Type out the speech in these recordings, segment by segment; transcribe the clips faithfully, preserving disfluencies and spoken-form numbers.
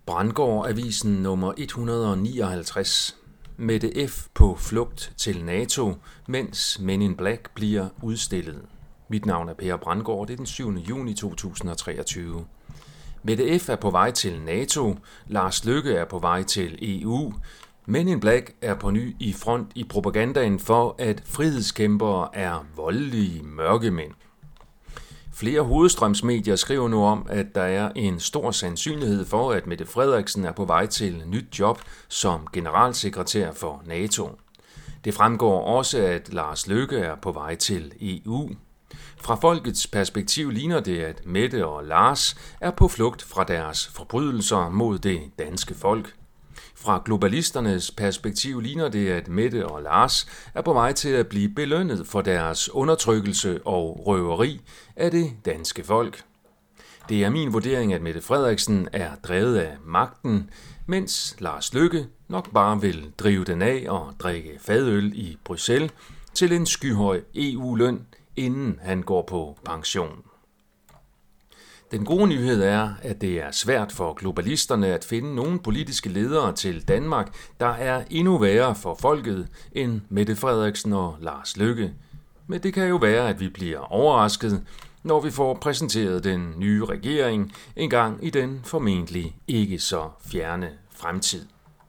Brandgård-avisen nummer et hundrede og nioghalvtreds. Mette F. på flugt til NATO, mens Men in Black bliver udstillet. Mit navn er Per Brandgård, det er den syvende juni to tusind og treogtyve. Mette F. er på vej til NATO, Lars Løkke er på vej til E U, Men in Black er på ny i front i propagandaen for, at frihedskæmpere er voldelige mørkemænd. Flere hovedstrømsmedier skriver nu om, at der er en stor sandsynlighed for, at Mette Frederiksen er på vej til nyt job som generalsekretær for NATO. Det fremgår også, at Lars Løkke er på vej til E U. Fra folkets perspektiv ligner det, at Mette og Lars er på flugt fra deres forbrydelser mod det danske folk. Fra globalisternes perspektiv ligner det, at Mette og Lars er på vej til at blive belønnet for deres undertrykkelse og røveri af det danske folk. Det er min vurdering, at Mette Frederiksen er drevet af magten, mens Lars Løkke nok bare vil drive den af og drikke fadøl i Bruxelles til en skyhøj E U-løn, inden han går på pension. Den gode nyhed er, at det er svært for globalisterne at finde nogle politiske ledere til Danmark, der er endnu værre for folket end Mette Frederiksen og Lars Løkke. Men det kan jo være, at vi bliver overrasket, når vi får præsenteret den nye regering en gang i den formentlig ikke så fjerne fremtid.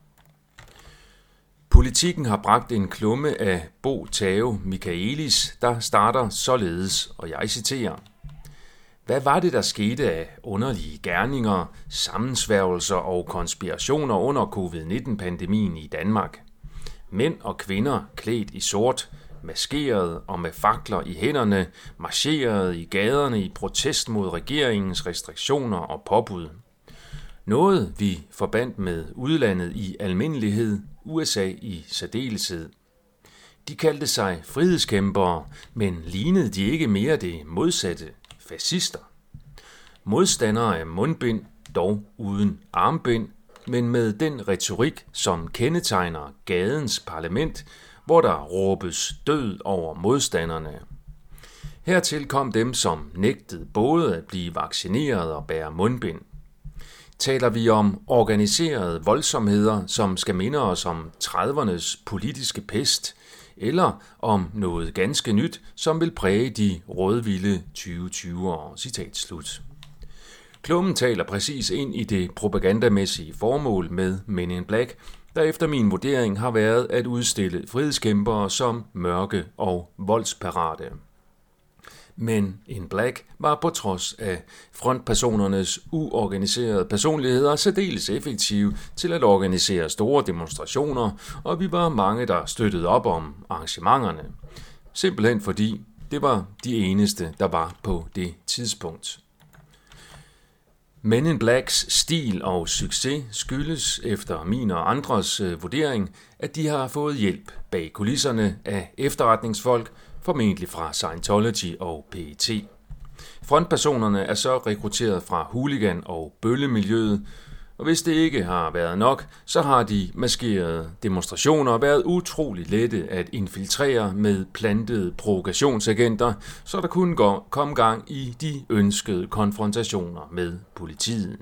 Politikken har bragt en klumme af Bo Tave Michaelis, der starter således, og jeg citerer: Hvad var det, der skete af underlige gerninger, sammensværgelser og konspirationer under covid nitten-pandemien i Danmark? Mænd og kvinder klædt i sort, maskeret og med fakler i hænderne, marcherede i gaderne i protest mod regeringens restriktioner og påbud. Noget vi forbandt med udlandet i almindelighed, U S A i særdeleshed. De kaldte sig frihedskæmpere, men lignede de ikke mere det modsatte? Fascister. Modstandere af mundbind, dog uden armbind, men med den retorik, som kendetegner gadens parlament, hvor der råbes død over modstanderne. Hertil kom dem, som nægtede både at blive vaccineret og bære mundbind. Taler vi om organiserede voldsomheder, som skal minde os om tredivernes politiske pest, eller om noget ganske nyt, som vil præge de rødvilde tyve tyve år. Citat slut. Klummen taler præcis ind i det propagandamæssige formål med Men in Black, der efter min vurdering har været at udstille frihedskæmpere som mørke og voldsparate. Men in Black var på trods af frontpersonernes uorganiserede personligheder særdeles effektive til at organisere store demonstrationer, og vi var mange, der støttede op om arrangementerne. Simpelthen fordi det var de eneste, der var på det tidspunkt. Men in Blacks stil og succes skyldes efter min og andres vurdering, at de har fået hjælp bag kulisserne af efterretningsfolk, formentlig fra Scientology og P E T. Frontpersonerne er så rekrutteret fra hooligan- og bøllemiljøet, og hvis det ikke har været nok, så har de maskerede demonstrationer været utroligt lette at infiltrere med plantede provokationsagenter, så der kunne komme gang i de ønskede konfrontationer med politiet.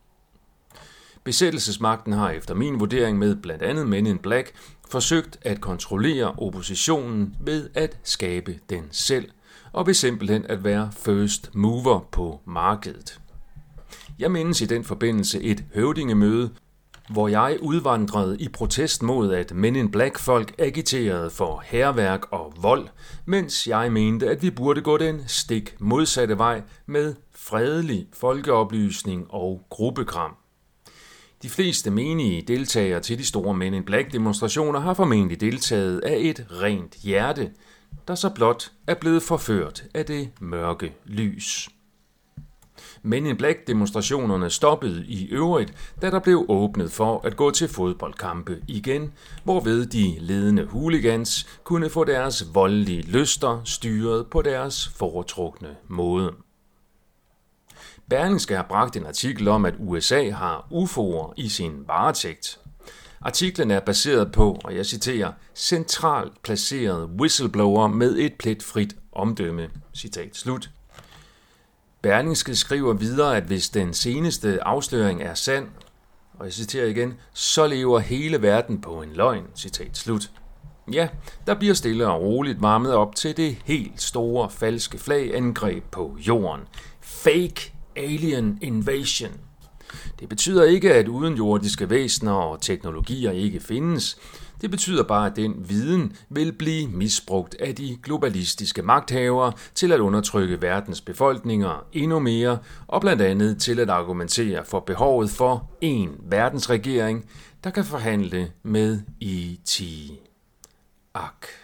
Besættelsesmagten har efter min vurdering med blandt andet Men in Black forsøgt at kontrollere oppositionen ved at skabe den selv, og ved simpelthen at være first mover på markedet. Jeg mindes i den forbindelse et høvdingemøde, hvor jeg udvandrede i protest mod, at Men in Black-folk agiterede for hærværk og vold, mens jeg mente, at vi burde gå den stik modsatte vej med fredelig folkeoplysning og gruppekram. De fleste menige deltagere til de store Men in Black-demonstrationer har formentlig deltaget af et rent hjerte, der så blot er blevet forført af det mørke lys. Men in Black-demonstrationerne stoppede i øvrigt, da der blev åbnet for at gå til fodboldkampe igen, hvorved de ledende hooligans kunne få deres voldelige lyster styret på deres foretrukne måde. Berlingske har bragt en artikel om, at U S A har U F O'er i sin varetægt. Artiklen er baseret på, og jeg citerer, centralt placeret whistleblower med et pletfrit omdømme. Citat slut. Berlingske skriver videre, at hvis den seneste afsløring er sand, og jeg citerer igen, så lever hele verden på en løgn, citat slut. Ja, der bliver stille og roligt varmet op til det helt store falske flag-angreb på jorden. Fake alien invasion. Det betyder ikke, at udenjordiske væsener og teknologier ikke findes. Det betyder bare, at den viden vil blive misbrugt af de globalistiske magthavere til at undertrykke verdens befolkninger endnu mere, og blandt andet til at argumentere for behovet for en verdensregering, der kan forhandle med E T Ak.